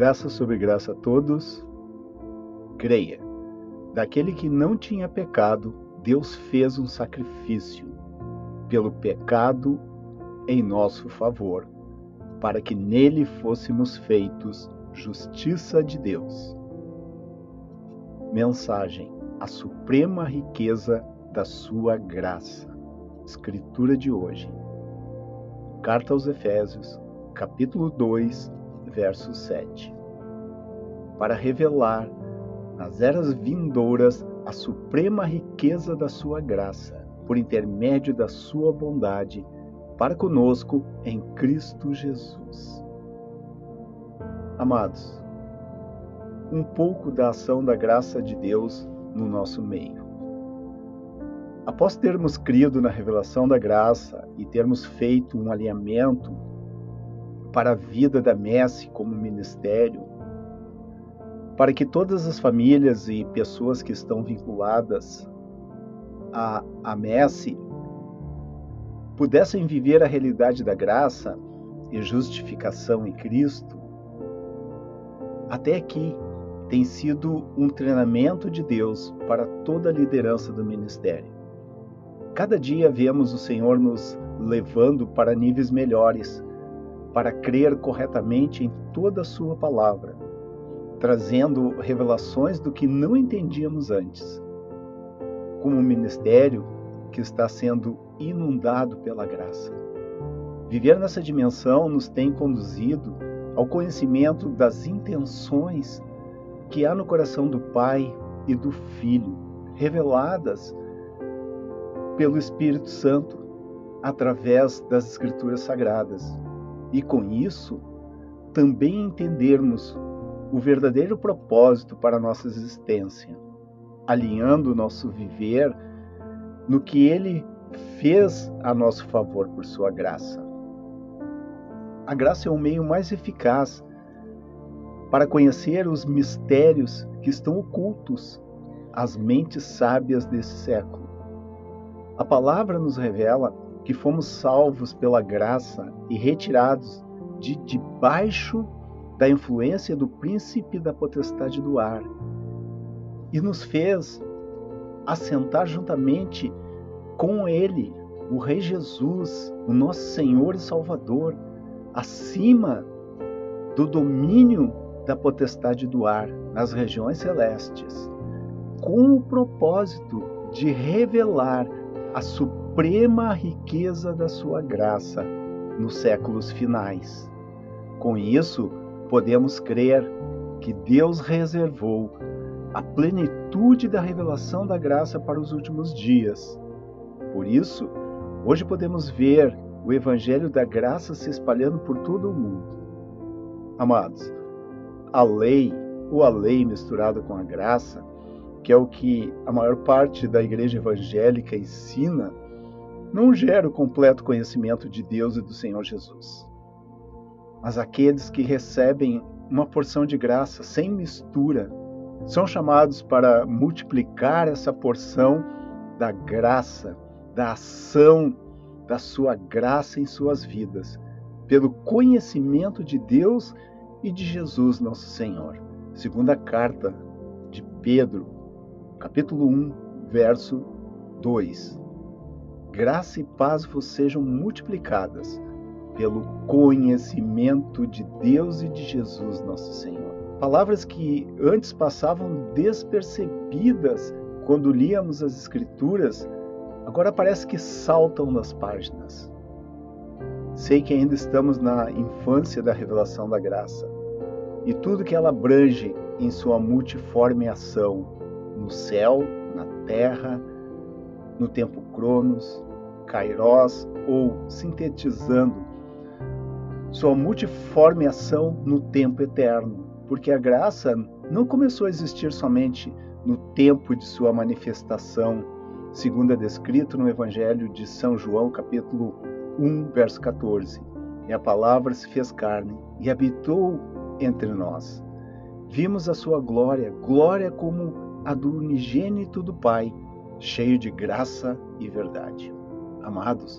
Graça sobre graça a todos. Creia, daquele que não tinha pecado, Deus fez um sacrifício pelo pecado em nosso favor, para que nele fôssemos feitos justiça de Deus. Mensagem: a suprema riqueza da sua graça. Escritura de hoje. Carta aos Efésios, capítulo 2, verso 7. Para revelar nas eras vindouras a suprema riqueza da sua graça, por intermédio da sua bondade, para conosco em Cristo Jesus. Amados, um pouco da ação da graça de Deus no nosso meio. Após termos crido na revelação da graça e termos feito um alinhamento para a vida da Messe como ministério, para que todas as famílias e pessoas que estão vinculadas à Messe pudessem viver a realidade da graça e justificação em Cristo, até aqui tem sido um treinamento de Deus para toda a liderança do ministério. Cada dia vemos o Senhor nos levando para níveis melhores, para crer corretamente em toda a sua palavra, trazendo revelações do que não entendíamos antes, como um ministério que está sendo inundado pela graça. Viver nessa dimensão nos tem conduzido ao conhecimento das intenções que há no coração do Pai e do Filho, reveladas pelo Espírito Santo, através das Escrituras Sagradas. E com isso, também entendermos o verdadeiro propósito para a nossa existência, alinhando o nosso viver no que Ele fez a nosso favor por sua graça. A graça é o meio mais eficaz para conhecer os mistérios que estão ocultos às mentes sábias desse século. A palavra nos revela que fomos salvos pela graça e retirados de debaixo da influência do príncipe da potestade do ar, e nos fez assentar juntamente com Ele, o Rei Jesus, o nosso Senhor e Salvador, acima do domínio da potestade do ar, nas regiões celestes, com o propósito de revelar a suprema riqueza da sua graça nos séculos finais. Com isso, podemos crer que Deus reservou a plenitude da revelação da graça para os últimos dias. Por isso, hoje podemos ver o Evangelho da graça se espalhando por todo o mundo. Amados, a lei misturada com a graça, que é o que a maior parte da igreja evangélica ensina, não gera o completo conhecimento de Deus e do Senhor Jesus. Mas aqueles que recebem uma porção de graça sem mistura são chamados para multiplicar essa porção da graça, da ação da sua graça em suas vidas, pelo conhecimento de Deus e de Jesus nosso Senhor. Segunda carta de Pedro, capítulo 1, verso 2. Graça e paz vos sejam multiplicadas pelo conhecimento de Deus e de Jesus nosso Senhor. Palavras que antes passavam despercebidas quando líamos as Escrituras, agora parece que saltam nas páginas. Sei que ainda estamos na infância da revelação da graça, e tudo que ela abrange em sua multiforme ação, no céu, na terra, no tempo Cronos, Kairos, ou, sintetizando, sua multiforme ação no tempo eterno, porque a graça não começou a existir somente no tempo de sua manifestação, segundo é descrito no Evangelho de São João, capítulo 1, verso 14. E a palavra se fez carne e habitou entre nós. Vimos a sua glória, glória como a do unigênito do Pai, cheio de graça e verdade. Amados,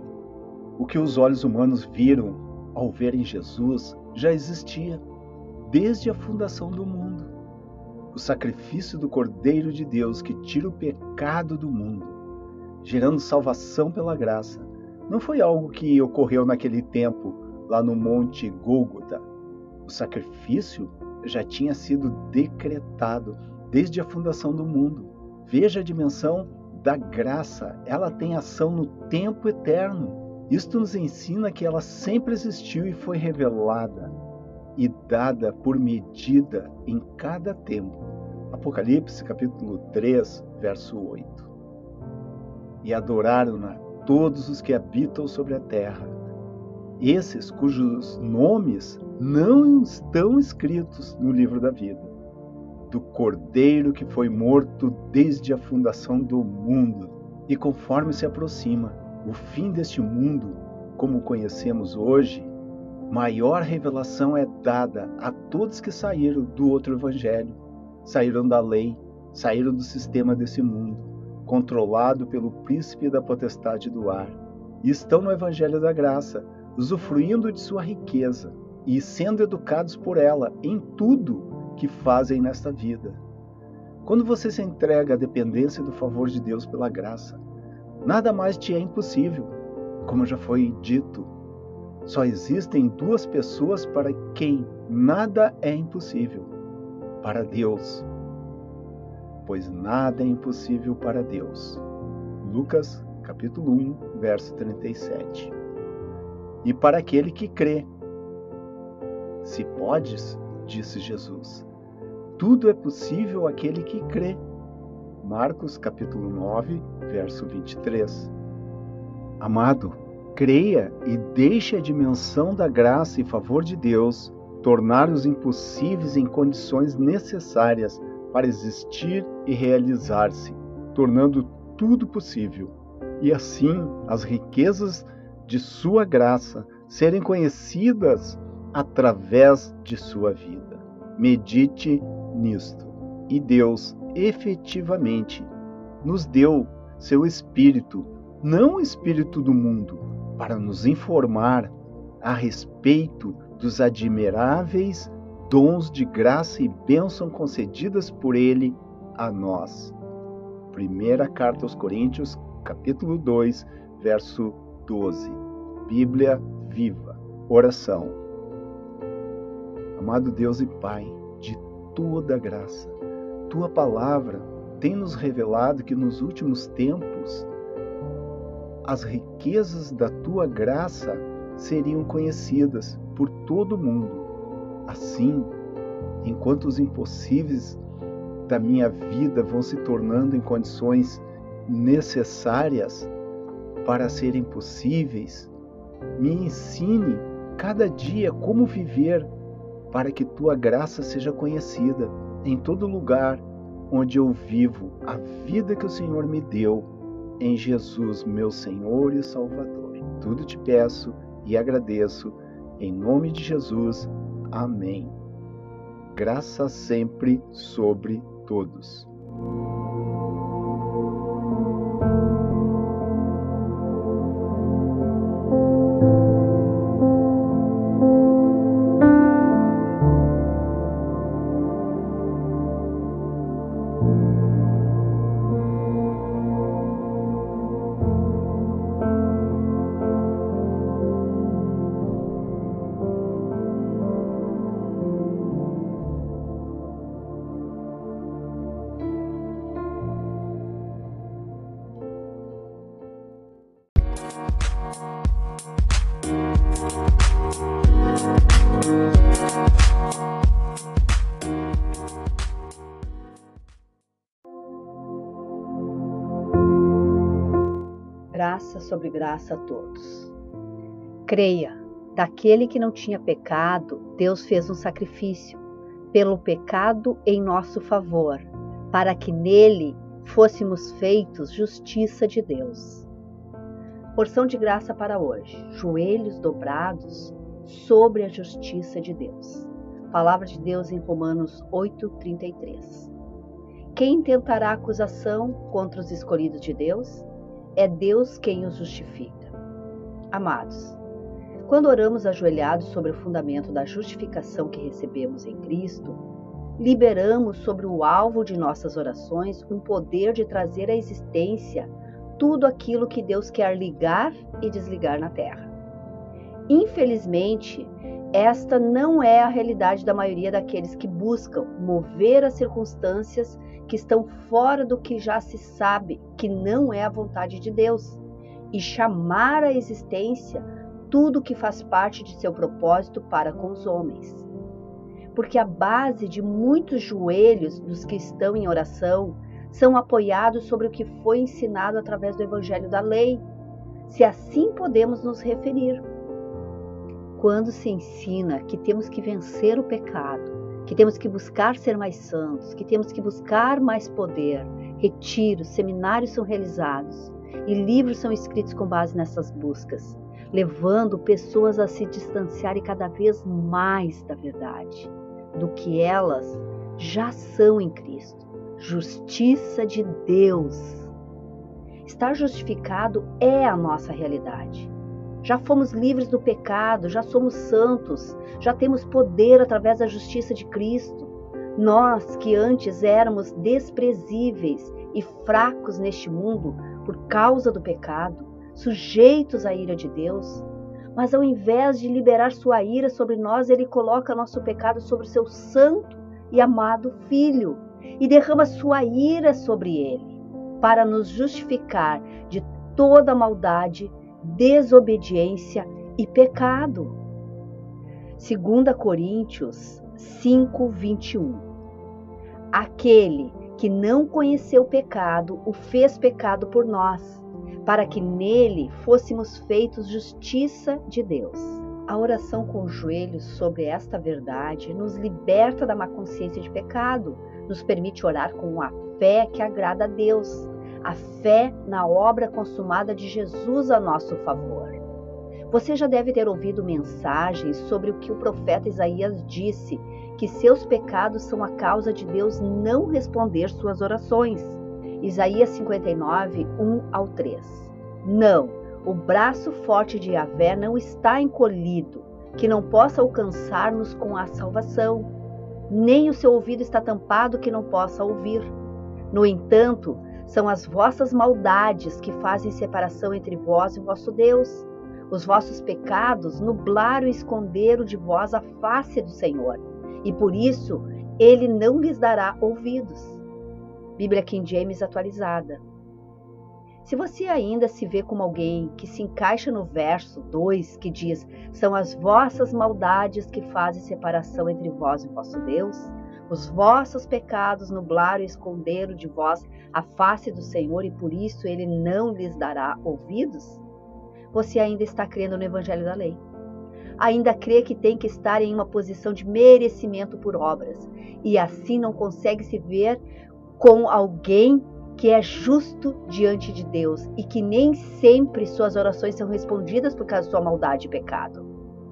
o que os olhos humanos viram ao verem Jesus já existia desde a fundação do mundo. O sacrifício do Cordeiro de Deus que tira o pecado do mundo, gerando salvação pela graça, não foi algo que ocorreu naquele tempo, lá no Monte Gólgota. O sacrifício já tinha sido decretado desde a fundação do mundo. Veja a dimensão da graça, ela tem ação no tempo eterno. Isto nos ensina que ela sempre existiu e foi revelada e dada por medida em cada tempo. Apocalipse capítulo 3, verso 8. E adoraram-na todos os que habitam sobre a terra, esses cujos nomes não estão escritos no livro da vida, do Cordeiro que foi morto desde a fundação do mundo. E conforme se aproxima o fim deste mundo, como o conhecemos hoje, maior revelação é dada a todos que saíram do outro evangelho, saíram da lei, saíram do sistema desse mundo, controlado pelo príncipe da potestade do ar, e estão no evangelho da graça, usufruindo de sua riqueza e sendo educados por ela em tudo que fazem nesta vida. Quando você se entrega à dependência do favor de Deus pela graça, nada mais te é impossível. Como já foi dito, só existem duas pessoas para quem nada é impossível: para Deus, pois nada é impossível para Deus. Lucas capítulo 1, verso 37. E para aquele que crê. Se podes, disse Jesus, tudo é possível àquele que crê. Marcos capítulo 9, verso 23. Amado, creia e deixe a dimensão da graça e favor de Deus tornar os impossíveis em condições necessárias para existir e realizar-se, tornando tudo possível. E assim as riquezas de sua graça serem conhecidas através de sua vida. Medite nisto. E Deus efetivamente nos deu seu Espírito, não o Espírito do mundo, para nos informar a respeito dos admiráveis dons de graça e bênção concedidas por Ele a nós. Primeira Carta aos Coríntios, capítulo 2, verso 12. Bíblia viva. Oração. Amado Deus e Pai de toda graça, Tua palavra tem nos revelado que nos últimos tempos as riquezas da Tua graça seriam conhecidas por todo o mundo. Assim, enquanto os impossíveis da minha vida vão se tornando em condições necessárias para serem possíveis, me ensine cada dia como viver para que Tua graça seja conhecida em todo lugar onde eu vivo a vida que o Senhor me deu em Jesus, meu Senhor e Salvador. Tudo te peço e agradeço em nome de Jesus. Amém. Graça sempre sobre todos. Graça sobre graça a todos. Creia, daquele que não tinha pecado, Deus fez um sacrifício pelo pecado em nosso favor, para que nele fôssemos feitos justiça de Deus. Porção de graça para hoje: joelhos dobrados sobre a justiça de Deus. Palavra de Deus em Romanos 8:33. Quem tentará acusação contra os escolhidos de Deus? É Deus quem os justifica. Amados, Quando oramos ajoelhados sobre o fundamento da justificação que recebemos em Cristo, liberamos sobre o alvo de nossas orações um poder de trazer à existência tudo aquilo que Deus quer ligar e desligar na terra. Infelizmente, esta não é a realidade da maioria daqueles que buscam mover as circunstâncias que estão fora do que já se sabe que não é a vontade de Deus e chamar à existência tudo que faz parte de seu propósito para com os homens. Porque a base de muitos joelhos dos que estão em oração são apoiados sobre o que foi ensinado através do Evangelho da Lei, se assim podemos nos referir. Quando se ensina que temos que vencer o pecado, que temos que buscar ser mais santos, que temos que buscar mais poder, retiros, seminários são realizados e livros são escritos com base nessas buscas, levando pessoas a se distanciarem cada vez mais da verdade, do que elas já são em Cristo. Justiça de Deus. Estar justificado é a nossa realidade. Já fomos livres do pecado, já somos santos, já temos poder através da justiça de Cristo. Nós que antes éramos desprezíveis e fracos neste mundo por causa do pecado, sujeitos à ira de Deus, mas ao invés de liberar sua ira sobre nós, Ele coloca nosso pecado sobre o seu santo e amado Filho e derrama sua ira sobre ele, para nos justificar de toda maldade, desobediência e pecado. 2 Coríntios 5:21. Aquele que não conheceu o pecado, o fez pecado por nós, para que nele fôssemos feitos justiça de Deus. A oração com os joelhos sobre esta verdade nos liberta da má consciência de pecado, nos permite orar com a fé que agrada a Deus, a fé na obra consumada de Jesus a nosso favor. Você já deve ter ouvido mensagens sobre o que o profeta Isaías disse, que seus pecados são a causa de Deus não responder suas orações. Isaías 59, 1-3. Não, o braço forte de Yahvé não está encolhido, que não possa alcançar-nos com a salvação, nem o seu ouvido está tampado que não possa ouvir. No entanto, são as vossas maldades que fazem separação entre vós e o vosso Deus. Os vossos pecados nublaram e esconderam de vós a face do Senhor, e por isso Ele não lhes dará ouvidos. Bíblia King James atualizada. Se você ainda se vê como alguém que se encaixa no verso 2, que diz: são as vossas maldades que fazem separação entre vós e o vosso Deus, os vossos pecados nublaram e esconderam de vós a face do Senhor, e por isso Ele não lhes dará ouvidos, você ainda está crendo no Evangelho da Lei. Ainda crê que tem que estar em uma posição de merecimento por obras, e assim não consegue se ver com alguém que é justo diante de Deus e que nem sempre suas orações são respondidas por causa da sua maldade e pecado.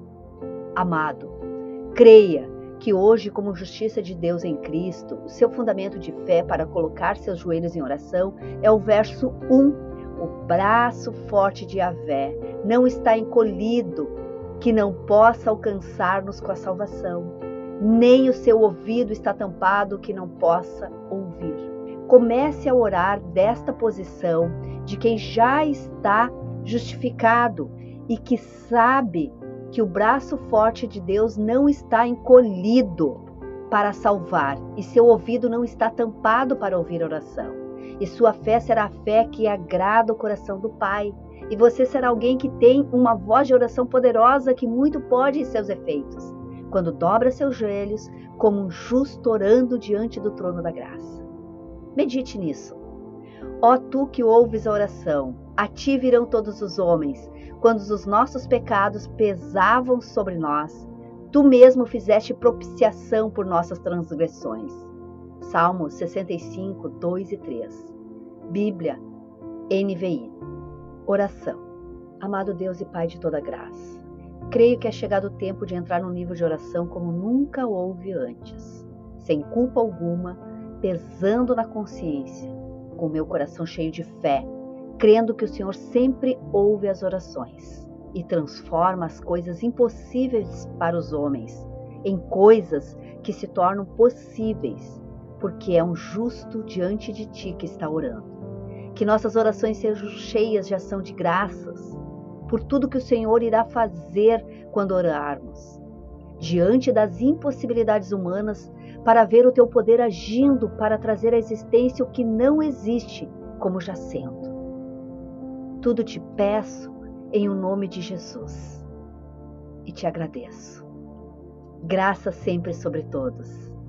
Amado, creia que hoje, como justiça de Deus em Cristo, o seu fundamento de fé para colocar seus joelhos em oração é o verso 1. O braço forte de Yahvé não está encolhido, que não possa alcançar-nos com a salvação, nem o seu ouvido está tampado, que não possa ouvir. Comece a orar desta posição de quem já está justificado e que sabe que o braço forte de Deus não está encolhido para salvar e seu ouvido não está tampado para ouvir a oração. E sua fé será a fé que agrada o coração do Pai. E você será alguém que tem uma voz de oração poderosa que muito pode em seus efeitos, quando dobra seus joelhos como um justo orando diante do trono da graça. Medite nisso. Ó tu que ouves a oração, a ti virão todos os homens, quando os nossos pecados pesavam sobre nós, tu mesmo fizeste propiciação por nossas transgressões. Salmo 65, 2 e 3. Bíblia, NVI. Oração. Amado Deus e Pai de toda graça, creio que é chegado o tempo de entrar num nível de oração como nunca houve antes, sem culpa alguma, pesando na consciência, com meu coração cheio de fé, crendo que o Senhor sempre ouve as orações. e transforma as coisas impossíveis para os homens em coisas que se tornam possíveis, porque é um justo diante de ti que está orando. Que nossas orações sejam cheias de ação de graças por tudo que o Senhor irá fazer quando orarmos, diante das impossibilidades humanas, para ver o teu poder agindo para trazer à existência o que não existe como já sendo. Tudo te peço em o nome de Jesus e te agradeço. Graça sempre sobre todos.